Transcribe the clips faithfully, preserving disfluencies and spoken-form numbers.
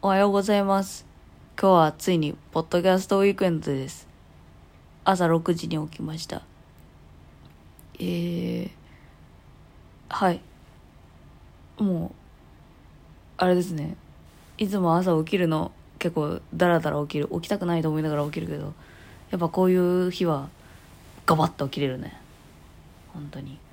おはようございます。今日はついにポッドキャストウィークエンドです。朝ろくじに起きました。えー、はい。もう、あれですね。いつも朝起きるの結構ダラダラ起きる。起きたくないと思いながら起きるけど、やっぱこういう日はガバッと起きれるね。本当に。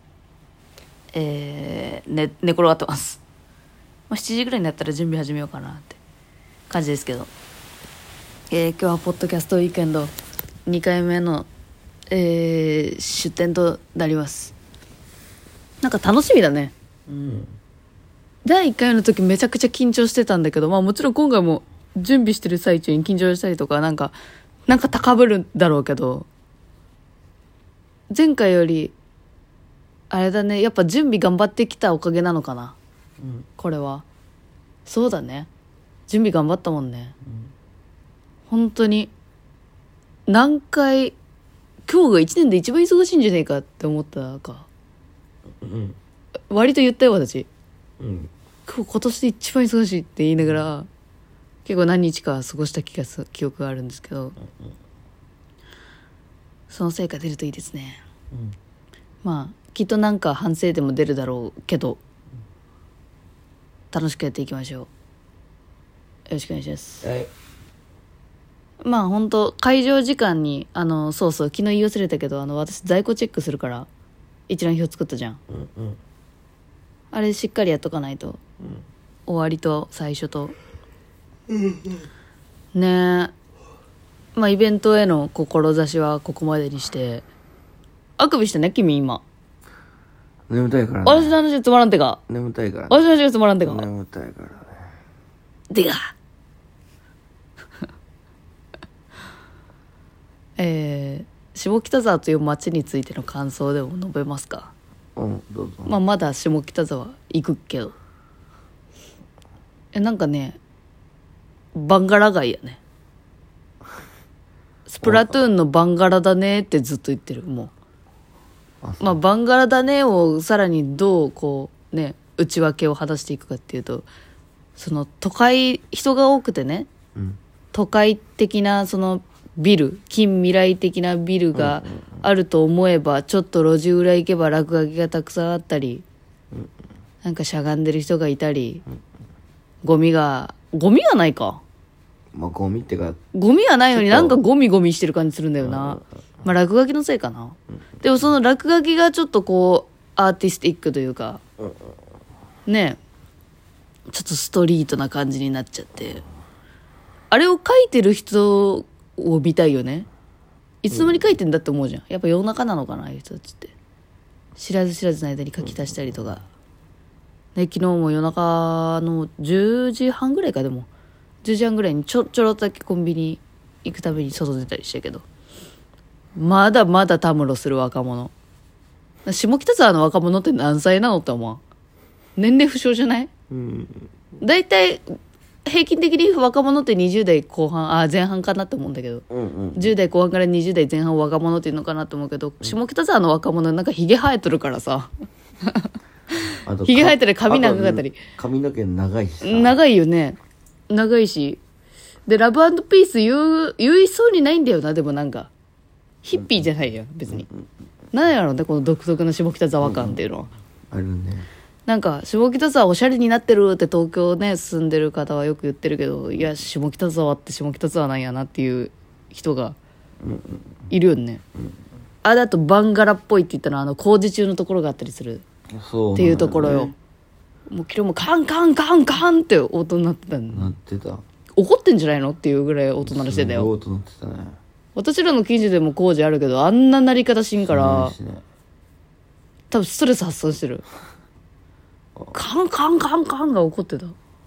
えー、寝、寝転がってます。まあ、しちじぐらいになったら準備始めようかなって感じですけど、えー、今日はポッドキャストウィークエンドにかいめの、えー、出展となります。なんか楽しみだね。 うん、 だいいっかいの時めちゃくちゃ緊張してたんだけど、まあもちろん今回も準備してる最中に緊張したりとかなんかなんか高ぶるんだろうけど、前回よりあれだね、やっぱ準備頑張ってきたおかげなのかな、 うん、 これは。そうだね、準備頑張ったもんね、うん、本当に何回今日がいちねんで一番忙しいんじゃねえかって思ったか、 うん、 割と言ったよ私、 うん、 今日今年で一番忙しいって言いながら結構何日か過ごした気がす記憶があるんですけど、うん、その成果出るといいですね、うん、まあきっとなんか反省でも出るだろうけど、楽しくやっていきましょう。よろしくお願いします。 はい。 まあ本当会場時間にあのそうそう昨日言い忘れたけど、あの私在庫チェックするから一覧表作ったじゃん、 うんうん、 あれしっかりやっとかないと、 うん、 終わりと最初と、 うんうん、 ねえ。まあイベントへの志はここまでにして。あくびしてね君今。 眠たいからね。 私の話つまらんてか。 眠たいからね。 私の話つまらんてか。 眠たいからね。 てか。えー、下北沢という街についての感想でも述べますか。 うん、どうぞ。 まあまだ下北沢行くけど。え、なんかね、バンガラ街やね。スプラトゥーンのバンガラだねってずっと言ってる、もう。あまあバンガラだねをさらにどうこうね内訳を果たしていくかっていうと、その都会人が多くてね、うん、都会的なそのビル近未来的なビルがあると思えば、うんうんうん、ちょっと路地裏行けば落書きがたくさんあったり、うんうん、なんかしゃがんでる人がいたり、うんうん、ゴミがゴミがないか、 まあゴミってかゴミはないのになんかゴミゴミしてる感じするんだよな、うんまあ、落書きのせいかな、うん、でもその落書きがちょっとこうアーティスティックというか、うん、ねえちょっとストリートな感じになっちゃって、あれを描いてる人を見たいよね。いつの間に描いてんだって思うじゃん。やっぱ夜中なのかなああいう人たちって。知らず知らずの間に描き足したりとか、ね、昨日も夜中のじゅうじはんぐらいか、でもじゅうじはんぐらいにちょちょろっとだけコンビニ行くために外出たりしたけど、まだまだたむろする若者。下北沢の若者って何歳なのって思う。年齢不詳じゃない？うん。だいたい平均的に若者ってにじゅう代後半、あ前半かなって思うんだけど、うんうん、じゅう代後半からにじゅう代前半を若者っていうのかなと思うけど、うん、下北沢の若者なんかヒゲ生えとるからさ。ヒゲ生えたり髪長かったり。 髪の毛長いしさ。 長いよね。長いし。でラブ&ピース言う言いそうにないんだよな。でもなんか。ヒッピーじゃないよ別に、うんうん、何やろうねこの独特の下北沢感っていうのは、 うんうん、あるね。 なんか下北沢おしゃれになってるって東京ね住んでる方はよく言ってるけど、いや下北沢って下北沢なんやなっていう人がいるよね、うんうん、あれだとバンガラっぽいって言ったらあの工事中のところがあったりするっていうところよ、ね、もう昨日もカンカンカンカンって音になってたんなってた。 怒ってんじゃないのっていうぐらい音鳴らしてたよ。 すごい音鳴ってたね。 私らの近所でも工事あるけどあんな鳴り方しんから、ね、多分ストレス発散してる。カンカンカンカンが起こってた。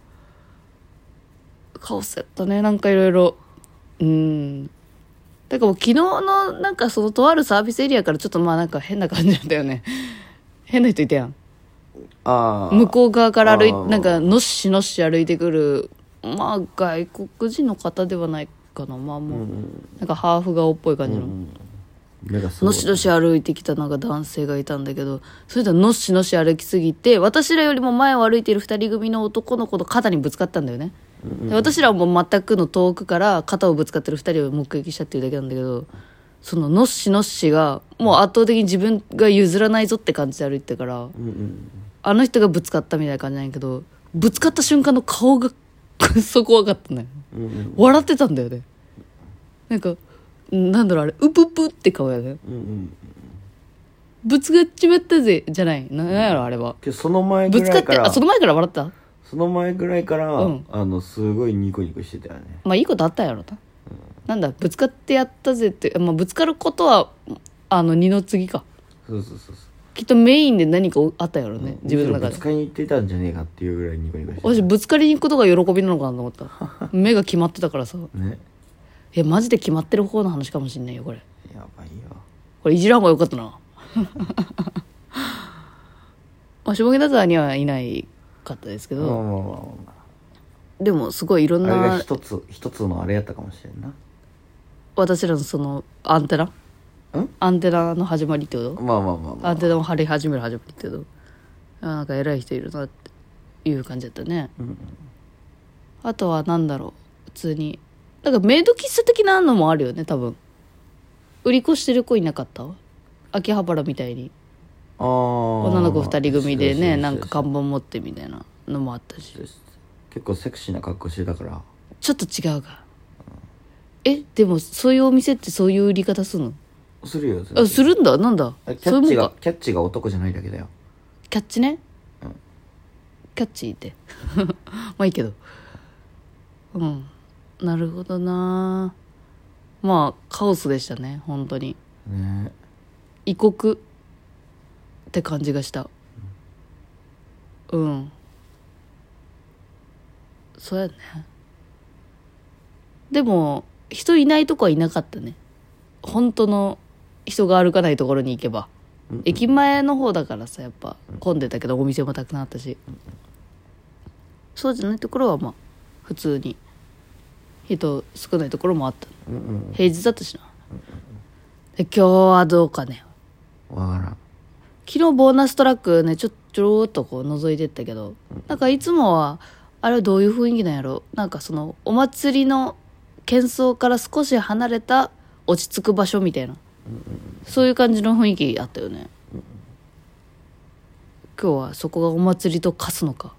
カオスやったねなんかいろいろ。うんだからもう昨日のなんかそのとあるサービスエリアからちょっとまあなんか変な感じだったよね。変な人いたやん。あ向こう側から歩いなんかのっしのっし歩いてくる、まあ外国人の方ではないかな、まあもう、うん、なんかハーフ顔っぽい感じの、うん、のしのし歩いてきたなんか男性がいたんだけど、それでのしのし歩きすぎて私らよりも前を歩いている二人組の男の子の肩にぶつかったんだよね、 で私らも全くの遠くから肩をぶつかってるふたりを目撃したっていうだけなんだけど、そのノッシノッシがもう圧倒的に自分が譲らないぞって感じで歩いてたから、 うんうんあの人がぶつかったみたいな感じなんやけど、ぶつかった瞬間の顔がくっそ怖かったね。 うんうん笑ってたんだよね。なんかなんだろうあれ、うぷぷって顔やね。 うんうんぶつかっちまったぜじゃない、なんやろあれは。 けどその前ぐぶつからって、 いからあ、その前から笑ったその前ぐらいから、 うんあのすごいニコニコしてたよね。 まあいいことあったんやろな、なんだぶつかってやったぜって、まあ、ぶつかることはあの二の次か。 そうそうそうそう。 きっとメインで何かあったんやろね、自分の中で。 ぶつかりに行ってたんじゃねえかっていうぐらいニコニコしてた。 私ぶつかりに行くことが喜びなのかなと思った目が決まってたからさ。 ね。 いやマジで決まってる方の話かもしんないよこれ。 やばいよ。 これいじらん方がよかったなまあ下北沢にはいないかったですけど、 まあまあまあまでもすごいいろんあ、あれがな一つ一つのあれやったかもしれんな。 私らのそのアンテナんアンテナの始まりってこと、 まあまあまあまあ。 アンテナを張り始める始まりってこと。あなんか偉い人いるなっていう感じだったね、 うんうん、 あとはなんだろう普通になんかメイド喫茶的なのもあるよね多分。売り子してる子いなかった？秋葉原みたいにあー女の子二人組でね、 そうそうそうなんか看板持ってみたいなのもあったし、 結構セクシーな格好してたから。 ちょっと違うか。えでもそういうお店ってそういう売り方するの？ するよ。 あするんだ。なんだキャッチがそういうもんか。 キャッチが男じゃないだけだよ。 キャッチね、 うんキャッチってまあいいけど、うんなるほどな。まあカオスでしたね本当に。 ね。 異国って感じがした。うんそうやね。でも人いないとこはいなかったね。本当の人が歩かないところに行けば、 うん駅前の方だからさやっぱ混んでたけどお店もたくさんあったし、そうじゃないところはまあ普通に人少ないところもあった。 うんうん。 平日だったしな。で今日はどうかね。 わからん。 昨日ボーナストラックねちょちょろっとこう覗いてったけど、なんかいつもはあれはどういう雰囲気なんやろ。なんかそのお祭りの喧騒から少し離れた落ち着く場所みたいな、そういう感じの雰囲気あったよね。今日はそこがお祭りと化すのか。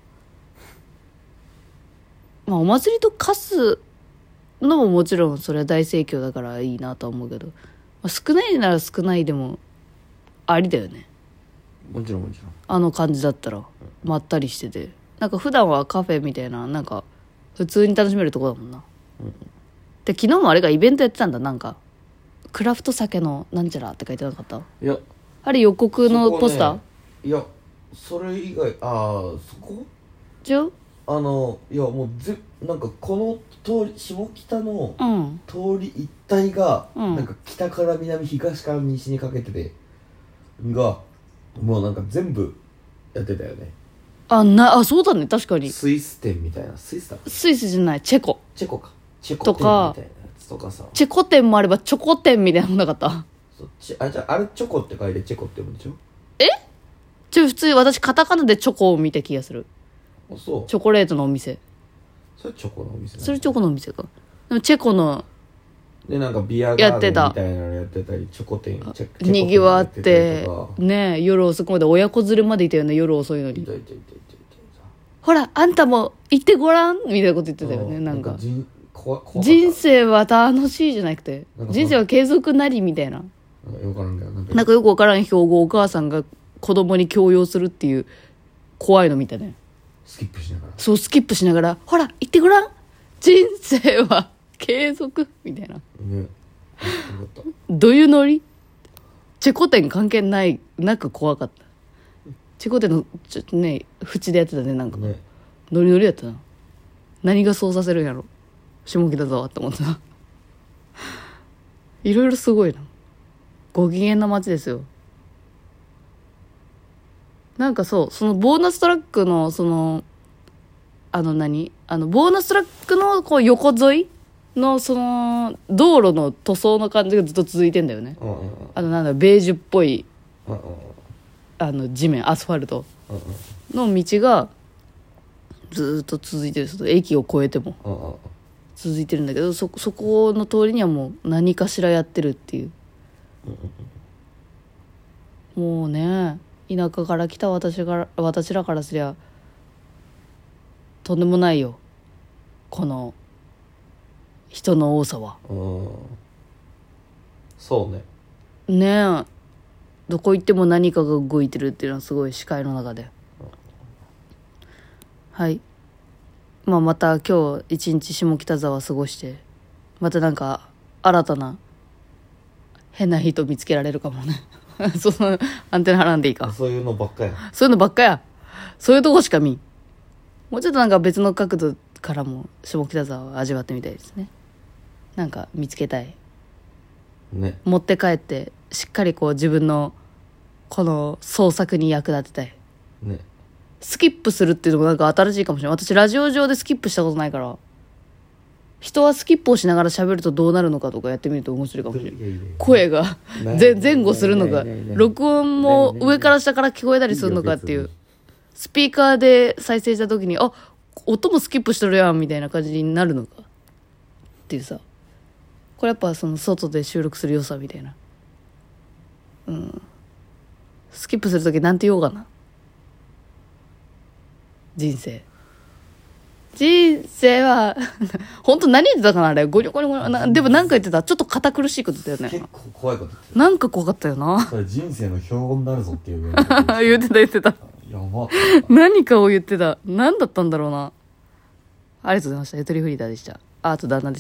まあお祭りと化すのももちろんそれは大盛況だからいいなとは思うけど、まあ、少ないなら少ないでもありだよね。 もちろんもちろん。 あの感じだったらまったりしてて、なんか普段はカフェみたいななんか普通に楽しめるとこだもんな、うん、で昨日もあれがイベントやってたんだ。なんかクラフト酒のなんちゃらって書いてなかった？ いやあれ予告のポスター、 そこね、いやそれ以外ああそこ違う？ あのいやもうぜなんかこの通り下北のうん通り一帯が、 うんなんか北から南東から西にかけててがもうなんか全部やってたよね。 あなあそうだね確かに。 スイス店みたいな。スイスだスイスじゃないチェコチェコかチェコと店かみたいなやつとかさ。 チェコ店もあればチョコ店みたいなのなかった？ そっちあじゃああれチョコって書いてチェコって読むでしょ。 ちょ普通私カタカナでチョコを見た気がする。 あそうチョコレートのお店。 それチョコのお店なんだ。 それチョコのお店か。でもチェコのでなんかビアガーデンみたいなのやってたりチョコ店チェチェコ店にぎわっやたてりとかね夜遅くまで親子連れまでいたよね夜遅いのに。 いたいたいたいたいたほらあんたも行ってごらんみたいなこと言ってたよね。なんか人怖怖かった人生は楽しいじゃなくてなんか人生は継続なりみたいな、 なんかよくわからんけどなんかなんかよくわからん標語をお母さんが子供に強要するっていう怖いの見たね。 スキップしながらそうスキップしながらほら行ってごらん人生は継続みたいな。 ねよかったどういうノリ？チェコ店関係ないなく怖かった。チェコ店のちょっとね縁でやってたね。なんかねノリノリやったな。何がそうさせるんやろ下北沢って思ってたいろいろすごいな。ご機嫌な街ですよ。なんかそうそのボーナストラックのそのあの何あのボーナストラックのこう横沿いのその道路の塗装の感じがずっと続いてんだよね。 うんうんうんあのなんだベージュっぽいうんうんあの地面アスファルトうんうんの道がずーっと続いてる、その駅を越えてもうんうん続いてるんだけど、そそこの通りにはもう何かしらやってるっていう、もうね、田舎から来た私が私らからすりゃとんでもないよ、この人の多さは。 うんそうね。 ねえ、どこ行っても何かが動いてるっていうのはすごい視界の中で、はい、まあ、また今日一日下北沢過ごして、またなんか新たな変な人見つけられるかもねそのアンテナ張らんでいいか、 そういうのばっかや。 そういうのばっかや、そういうとこしか見ん。もうちょっとなんか別の角度からも下北沢を味わってみたいですね。なんか見つけたい、 ね。 持って帰ってしっかりこう自分のこの創作に役立てたい。 ね。 スキップするっていうのもなんか新しいかもしれない。私ラジオ上でスキップしたことないから、人はスキップをしながら喋るとどうなるのかとかやってみると面白いかもしれない。 いやいやいや声がない前前後するのかないないないない録音も上から下から聞こえたりするのかっていう、スピーカーで再生した時にあ音もスキップしとるやんみたいな感じになるのかっていうさ、これやっぱその外で収録する良さみたいな。うんスキップする時なんて言おうかな。人生人生は本当何言ってたかなあれ、ゴニョゴニョゴニョな。でも何か言ってた、ちょっと堅苦しいこと言ったよね。 結構怖いこと言ってなんか怖かったよなる。それ人生の標語になるぞっていう言ってた言ってた、 やば。 何かを言ってた。何だったんだろうな。ありがとうございました。ゆとりフリーダーでした。ああと旦那でした。